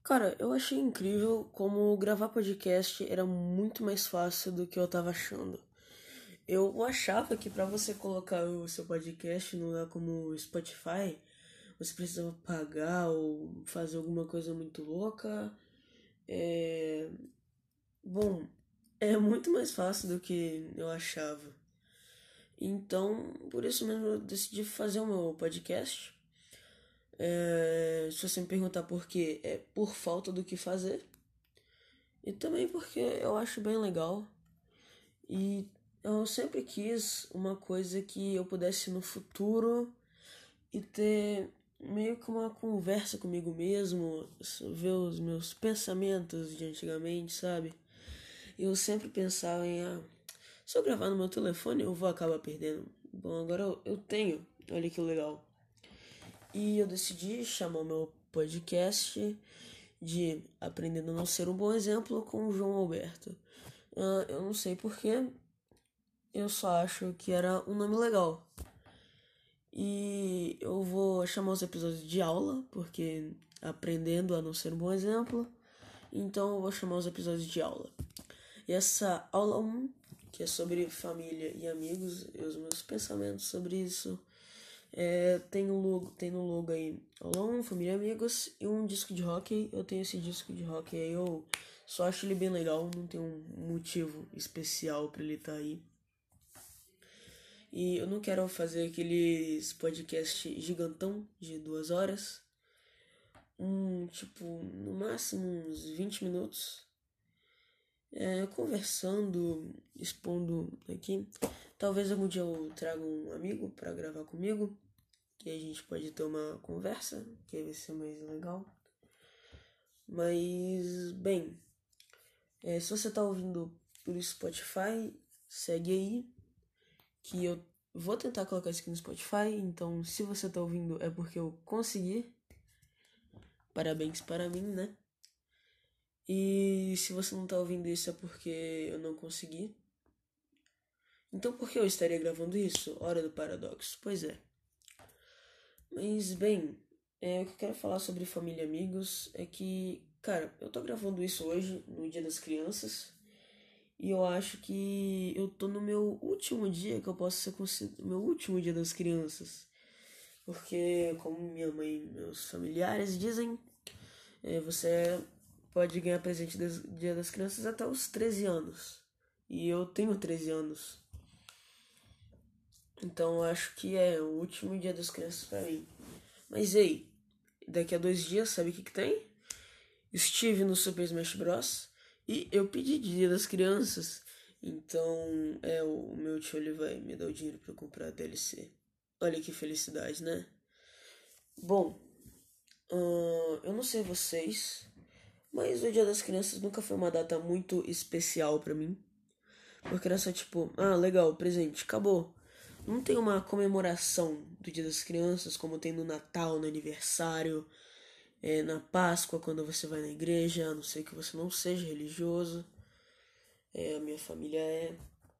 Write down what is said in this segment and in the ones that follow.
Cara, eu achei incrível como gravar podcast era muito mais fácil do que eu tava achando. Eu achava que pra você colocar o seu podcast no lugar como Spotify, você precisava pagar ou fazer alguma coisa muito louca. É... Bom, é muito mais fácil do que eu achava. Então, por isso mesmo eu decidi fazer o meu podcast. Se você me perguntar por quê, é por falta do que fazer. E também porque eu acho bem legal. E eu sempre quis uma coisa que eu pudesse no futuro e ter meio que uma conversa comigo mesmo, ver os meus pensamentos de antigamente, sabe? Eu sempre pensava se eu gravar no meu telefone eu vou acabar perdendo. Bom, agora eu tenho, olha que legal. E eu decidi chamar o meu podcast de Aprendendo a Não Ser um Bom Exemplo com o João Alberto. Eu não sei porquê, eu só acho que era um nome legal. E eu vou chamar os episódios de aula, porque aprendendo a não ser um bom exemplo. Então eu vou chamar os episódios de aula. E essa aula 1, que é sobre família e amigos, e os meus pensamentos sobre isso, tem no logo aí aula 1, família e amigos, e um disco de hockey. Eu tenho esse disco de hockey aí, eu só acho ele bem legal, não tem um motivo especial pra ele estar aí. E eu não quero fazer aqueles podcast gigantão de 2 horas. No máximo uns 20 minutos. Conversando, expondo aqui. Talvez algum dia eu traga um amigo para gravar comigo. Que a gente pode ter uma conversa, que vai ser mais legal. Mas, bem, se você tá ouvindo por Spotify, segue aí. Que eu vou tentar colocar isso aqui no Spotify. Então, se você tá ouvindo, é porque eu consegui. Parabéns para mim, né? E se você não tá ouvindo isso é porque eu não consegui. Então, por que eu estaria gravando isso? Hora do paradoxo. Pois é. Mas, bem, o que eu quero falar sobre família e amigos é que, cara, eu tô gravando isso hoje, no Dia das Crianças. E eu acho que eu tô no meu último dia, que eu posso ser considerado meu último Dia das Crianças. Porque, como minha mãe e meus familiares dizem, você pode ganhar presente do Dia das Crianças até os 13 anos. E eu tenho 13 anos. Então eu acho que é o último Dia das Crianças pra mim. Mas ei, daqui a 2 dias, sabe o que tem? Estive no Super Smash Bros. E eu pedi Dia das Crianças. Então, o meu tio ele vai me dar o dinheiro pra eu comprar a DLC. Olha que felicidade, né? Bom, eu não sei vocês, mas o Dia das Crianças nunca foi uma data muito especial pra mim. Porque era só tipo, legal, presente, acabou. Não tem uma comemoração do Dia das Crianças como tem no Natal, no aniversário, na Páscoa, quando você vai na igreja, a não ser que você não seja religioso. A minha família é.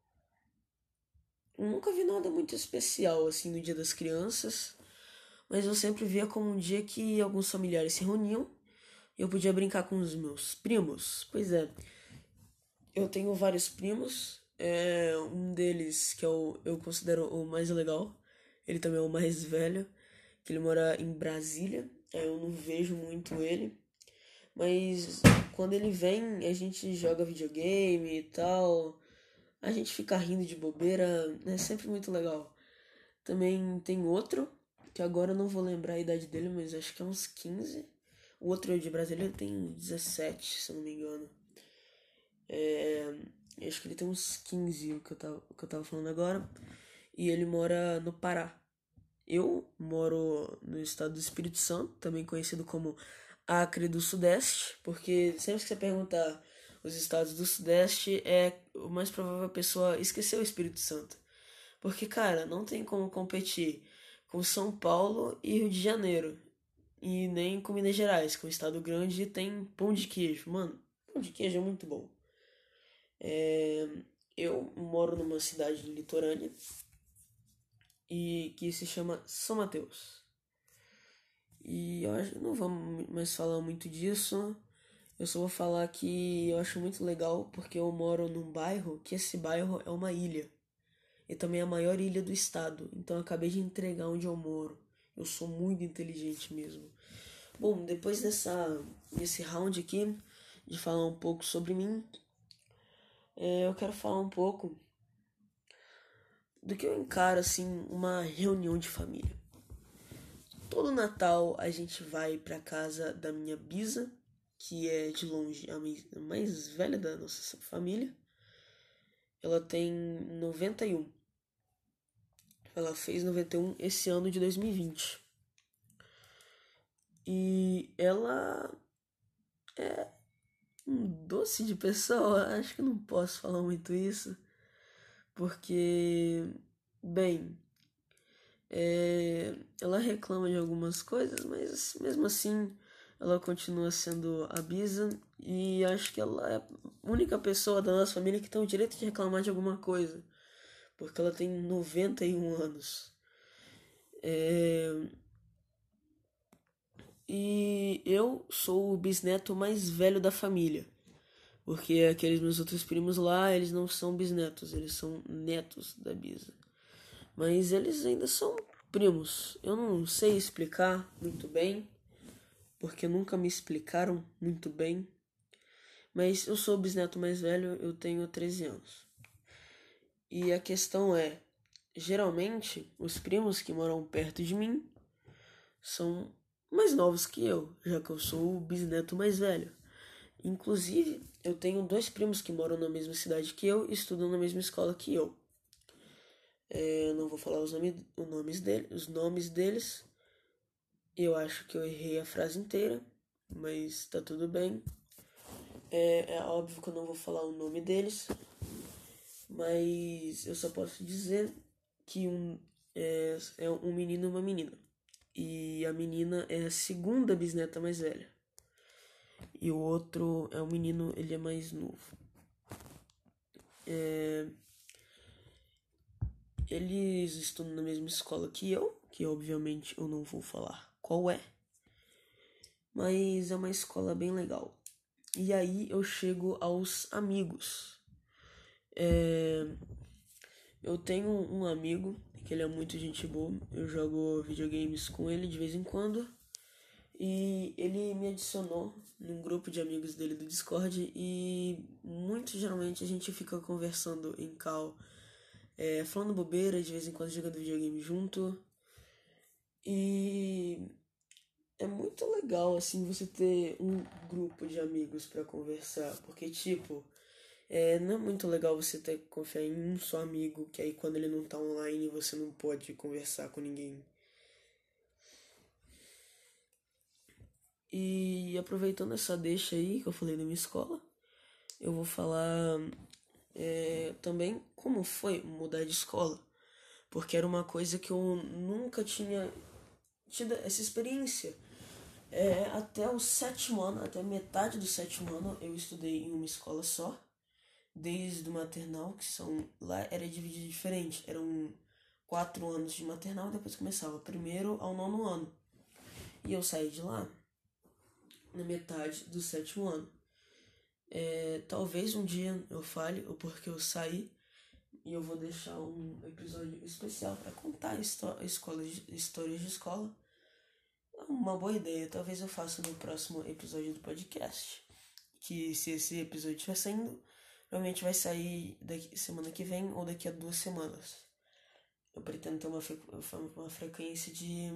Eu nunca vi nada muito especial assim no Dia das Crianças, mas eu sempre via como um dia que alguns familiares se reuniam e eu podia brincar com os meus primos. Pois é, eu tenho vários primos. Um deles, que eu considero o mais legal, ele também é o mais velho, que ele mora em Brasília. Eu não vejo muito ele, mas quando ele vem, a gente joga videogame e tal. A gente fica rindo de bobeira, é sempre muito legal. Também tem outro, que agora eu não vou lembrar a idade dele, mas acho que é uns 15. O outro de Brasília tem 17, se eu não me engano. Acho que ele tem uns 15, o que eu tava falando agora. E ele mora no Pará. Eu moro no estado do Espírito Santo, também conhecido como Acre do Sudeste, porque sempre que você perguntar os estados do Sudeste, é o mais provável a pessoa esquecer o Espírito Santo. Porque, cara, não tem como competir com São Paulo e Rio de Janeiro. E nem com Minas Gerais, que é um estado grande e tem pão de queijo. Mano, pão de queijo é muito bom. Eu moro numa cidade litorânea e que se chama São Mateus. E eu acho que não vamos mais falar muito disso. Eu só vou falar que eu acho muito legal porque eu moro num bairro que esse bairro é uma ilha. E também é a maior ilha do estado. Então eu acabei de entregar onde eu moro. Eu sou muito inteligente mesmo. Bom, depois desse round aqui, de falar um pouco sobre mim, eu quero falar um pouco do que eu encaro assim uma reunião de família. Todo Natal a gente vai pra casa da minha bisa, que é de longe a mais velha da nossa família. Ela tem 91. Ela fez 91 esse ano de 2020. E ela é um doce de pessoa. Acho que não posso falar muito isso. Porque, bem, ela reclama de algumas coisas, mas mesmo assim ela continua sendo a Bisa. E acho que ela é a única pessoa da nossa família que tem o direito de reclamar de alguma coisa. Porque ela tem 91 anos. E eu sou o bisneto mais velho da família. Porque aqueles meus outros primos lá, eles não são bisnetos, eles são netos da Bisa. Mas eles ainda são primos. Eu não sei explicar muito bem, porque nunca me explicaram muito bem. Mas eu sou o bisneto mais velho, eu tenho 13 anos. E a questão é, geralmente, os primos que moram perto de mim são mais novos que eu, já que eu sou o bisneto mais velho. Inclusive, eu tenho dois primos que moram na mesma cidade que eu e estudam na mesma escola que eu. Eu não vou falar os nomes deles. Eu acho que eu errei a frase inteira, mas tá tudo bem. É óbvio que eu não vou falar o nome deles, mas eu só posso dizer que é um menino e uma menina. E a menina é a segunda bisneta mais velha. E o outro é um menino, ele é mais novo. Eles estudam na mesma escola que obviamente eu não vou falar qual é, mas é uma escola bem legal. E aí eu chego aos amigos. Eu tenho um amigo que ele é muito gente boa, eu jogo videogames com ele de vez em quando. E ele me adicionou num grupo de amigos dele do Discord e muito geralmente a gente fica conversando em call, falando bobeira, de vez em quando jogando videogame junto. E é muito legal, assim, você ter um grupo de amigos pra conversar, porque, tipo, não é muito legal você ter que confiar em um só amigo, que aí quando ele não tá online você não pode conversar com ninguém. E aproveitando essa deixa aí que eu falei da minha escola, eu vou falar também como foi mudar de escola. Porque era uma coisa que eu nunca tinha tido essa experiência. Até o sétimo ano, até metade do sétimo ano, eu estudei em uma escola só. Desde o maternal, que são... Lá era dividido diferente. Eram 4 anos de maternal, depois começava primeiro ao nono ano. E eu saí de lá na metade do sétimo ano. Talvez um dia eu fale o porquê eu saí. E eu vou deixar um episódio especial para contar histórias de escola. É uma boa ideia. Talvez eu faça no próximo episódio do podcast. Que se esse episódio estiver saindo, provavelmente vai sair semana que vem ou daqui a 2 semanas. Eu pretendo ter uma frequência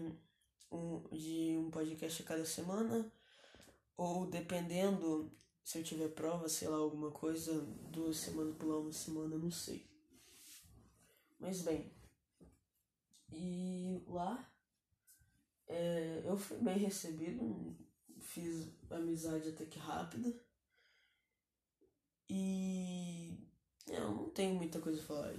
de um podcast a cada semana. Ou dependendo, se eu tiver prova, sei lá, alguma coisa, 2 semanas pular uma semana, não sei. Mas bem, e lá eu fui bem recebido, fiz amizade até que rápida. E eu não tenho muita coisa a falar.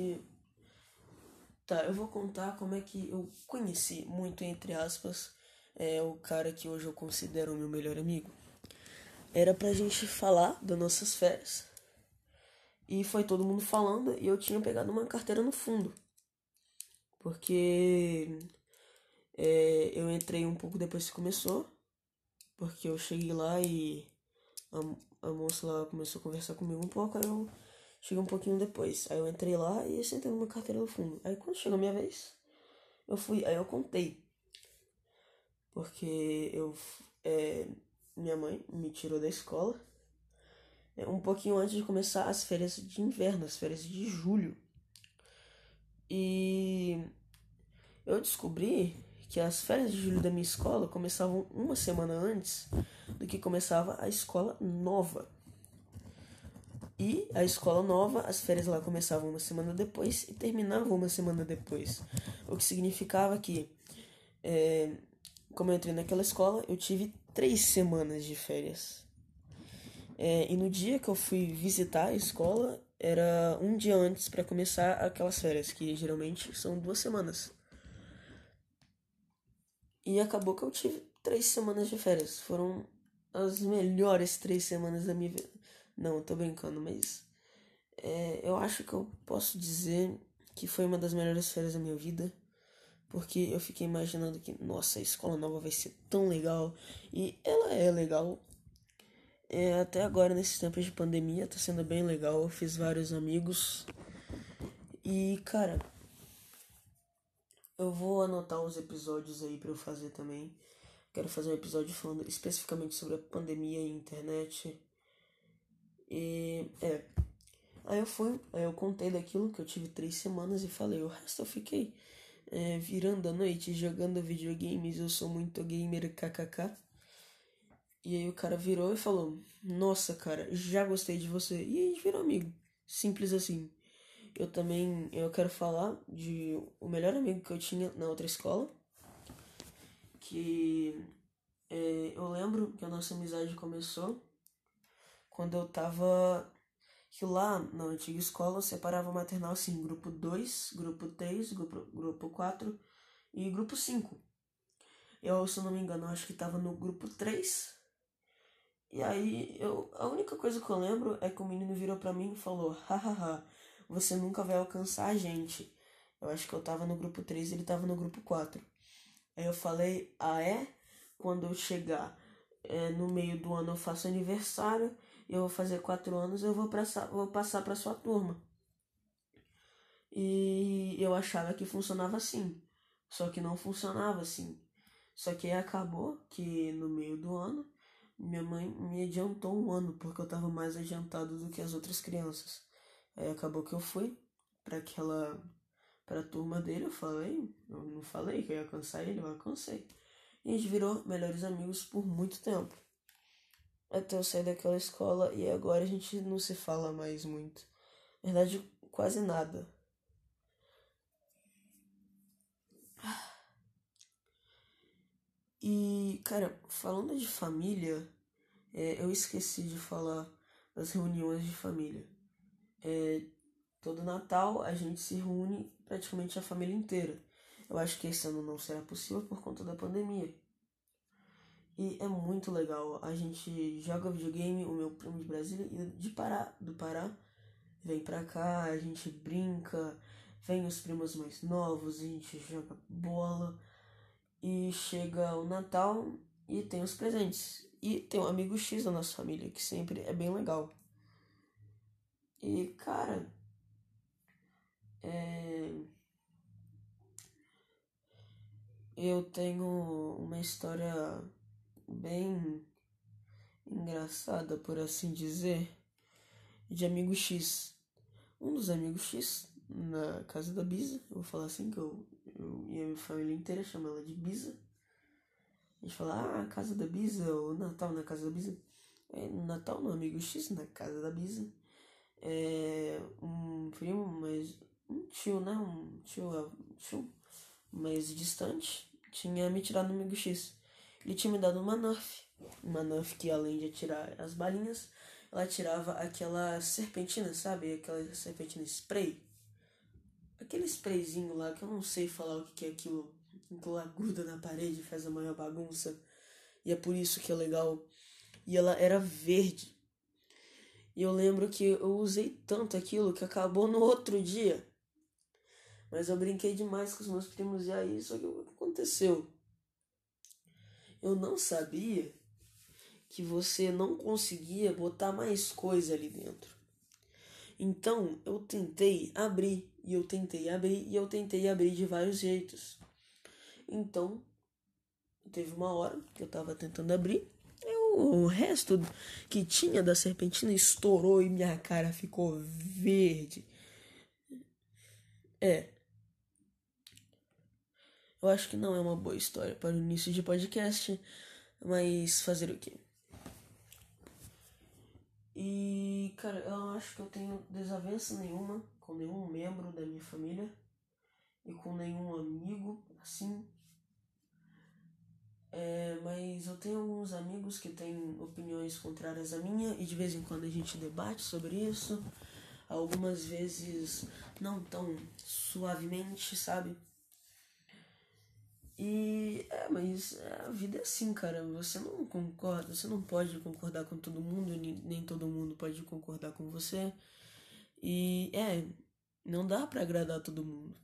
Tá, eu vou contar como é que eu conheci, muito entre aspas, o cara que hoje eu considero o meu melhor amigo. Era pra gente falar das nossas férias. E foi todo mundo falando e eu tinha pegado uma carteira no fundo. Porque Eu entrei um pouco depois que começou, porque eu cheguei lá e a moça lá começou a conversar comigo um pouco, aí eu cheguei um pouquinho depois. Aí eu entrei lá e sentei numa carteira do fundo. Aí quando chegou a minha vez, eu fui, aí eu contei, porque minha mãe me tirou da escola um pouquinho antes de começar as férias de inverno, as férias de julho. E eu descobri que as férias de julho da minha escola começavam uma semana antes do que começava a escola nova. E a escola nova, as férias lá começavam uma semana depois e terminavam uma semana depois. O que significava que, como eu entrei naquela escola, eu tive 3 semanas de férias. E no dia que eu fui visitar a escola, era um dia antes para começar aquelas férias, que geralmente são 2 semanas. E acabou que eu tive 3 semanas de férias. Foram as melhores 3 semanas da minha vida. Não, eu tô brincando, mas eu acho que eu posso dizer que foi uma das melhores férias da minha vida. Porque eu fiquei imaginando que, nossa, a escola nova vai ser tão legal. E ela é legal. Até agora, nesses tempos de pandemia, tá sendo bem legal. Eu fiz vários amigos. E, cara, eu vou anotar os episódios aí pra eu fazer também. Quero fazer um episódio falando especificamente sobre a pandemia e a internet. E, aí eu contei daquilo que eu tive 3 semanas e falei, o resto eu fiquei virando a noite, jogando videogames, eu sou muito gamer, kkk. E aí o cara virou e falou, nossa, cara, já gostei de você. E aí a gente virou amigo, simples assim. Eu quero falar de o melhor amigo que eu tinha na outra escola, que eu lembro que a nossa amizade começou quando eu tava, que lá na antiga escola eu separava o maternal assim, grupo 2, grupo 3, grupo 4 e grupo 5. Eu, se eu não me engano, acho que tava no grupo 3. E aí, a única coisa que eu lembro é que o menino virou pra mim e falou, hahaha, você nunca vai alcançar a gente. Eu acho que eu tava no grupo 3 e ele tava no grupo 4. Aí eu falei, ah é? Quando eu chegar no meio do ano eu faço aniversário, eu vou fazer 4 anos, eu vou passar pra sua turma. E eu achava que funcionava assim. Só que não funcionava assim. Só que aí acabou que no meio do ano, minha mãe me adiantou um ano, porque eu tava mais adiantado do que as outras crianças. Aí acabou que eu fui pra turma dele, eu não falei que eu ia alcançar ele, eu alcancei. E a gente virou melhores amigos por muito tempo. Até eu sair daquela escola e agora a gente não se fala mais muito. Na verdade, quase nada. E, cara, falando de família, eu esqueci de falar das reuniões de família. Todo Natal a gente se reúne praticamente a família inteira. Eu acho que esse ano não será possível por conta da pandemia. E é muito legal. A gente joga videogame, o meu primo de Brasília e do Pará vem pra cá, a gente brinca, vem os primos mais novos, a gente joga bola. E chega o Natal e tem os presentes. E tem um amigo X da nossa família, que sempre é bem legal. E, cara, é... eu tenho uma história bem engraçada, por assim dizer, de amigo X. Um dos amigos X, na casa da Bisa, eu vou falar assim, que eu e a minha família inteira chama ela de Bisa. A gente fala, casa da Bisa, ou Natal na casa da Bisa. Natal no amigo X, na casa da Bisa. Um primo, mas um tio, né? Um tio mais distante, tinha me tirado no amigo X. Ele tinha me dado uma Nerf. Uma Nerf que, além de atirar as balinhas, ela tirava aquela serpentina, sabe? Aquela serpentina spray. Aquele sprayzinho lá que eu não sei falar o que é aquilo. Aquilo lá gruda na parede e faz a maior bagunça. E é por isso que é legal. E ela era verde. E eu lembro que eu usei tanto aquilo que acabou no outro dia. Mas eu brinquei demais com os meus primos e aí, só que quando aconteceu? Eu não sabia que você não conseguia botar mais coisa ali dentro. Então, eu tentei abrir, e eu tentei abrir, e eu tentei abrir de vários jeitos. Então, teve uma hora que eu tava tentando abrir, o resto que tinha da serpentina estourou e minha cara ficou verde. Eu acho que não é uma boa história para o início de podcast, mas fazer o quê? E, cara, eu acho que eu tenho desavença nenhuma com nenhum membro da minha família e com nenhum amigo, assim. Mas eu tenho alguns amigos que têm opiniões contrárias à minha e de vez em quando a gente debate sobre isso. Algumas vezes não tão suavemente, sabe? Mas a vida é assim, cara. Você não concorda, você não pode concordar com todo mundo, nem todo mundo pode concordar com você. Não dá pra agradar todo mundo.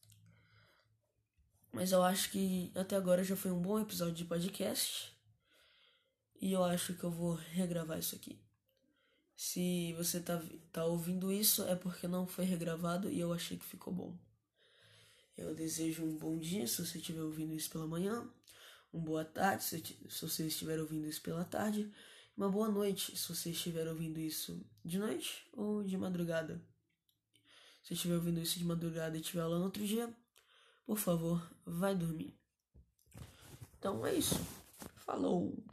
Mas eu acho que até agora já foi um bom episódio de podcast. E eu acho que eu vou regravar isso aqui. Se você tá ouvindo isso, é porque não foi regravado e eu achei que ficou bom. Eu desejo um bom dia se você estiver ouvindo isso pela manhã. Uma boa tarde se você estiver ouvindo isso pela tarde. Uma boa noite se você estiver ouvindo isso de noite ou de madrugada. Se estiver ouvindo isso de madrugada e estiver lá no outro dia, por favor, vai dormir. Então é isso. Falou!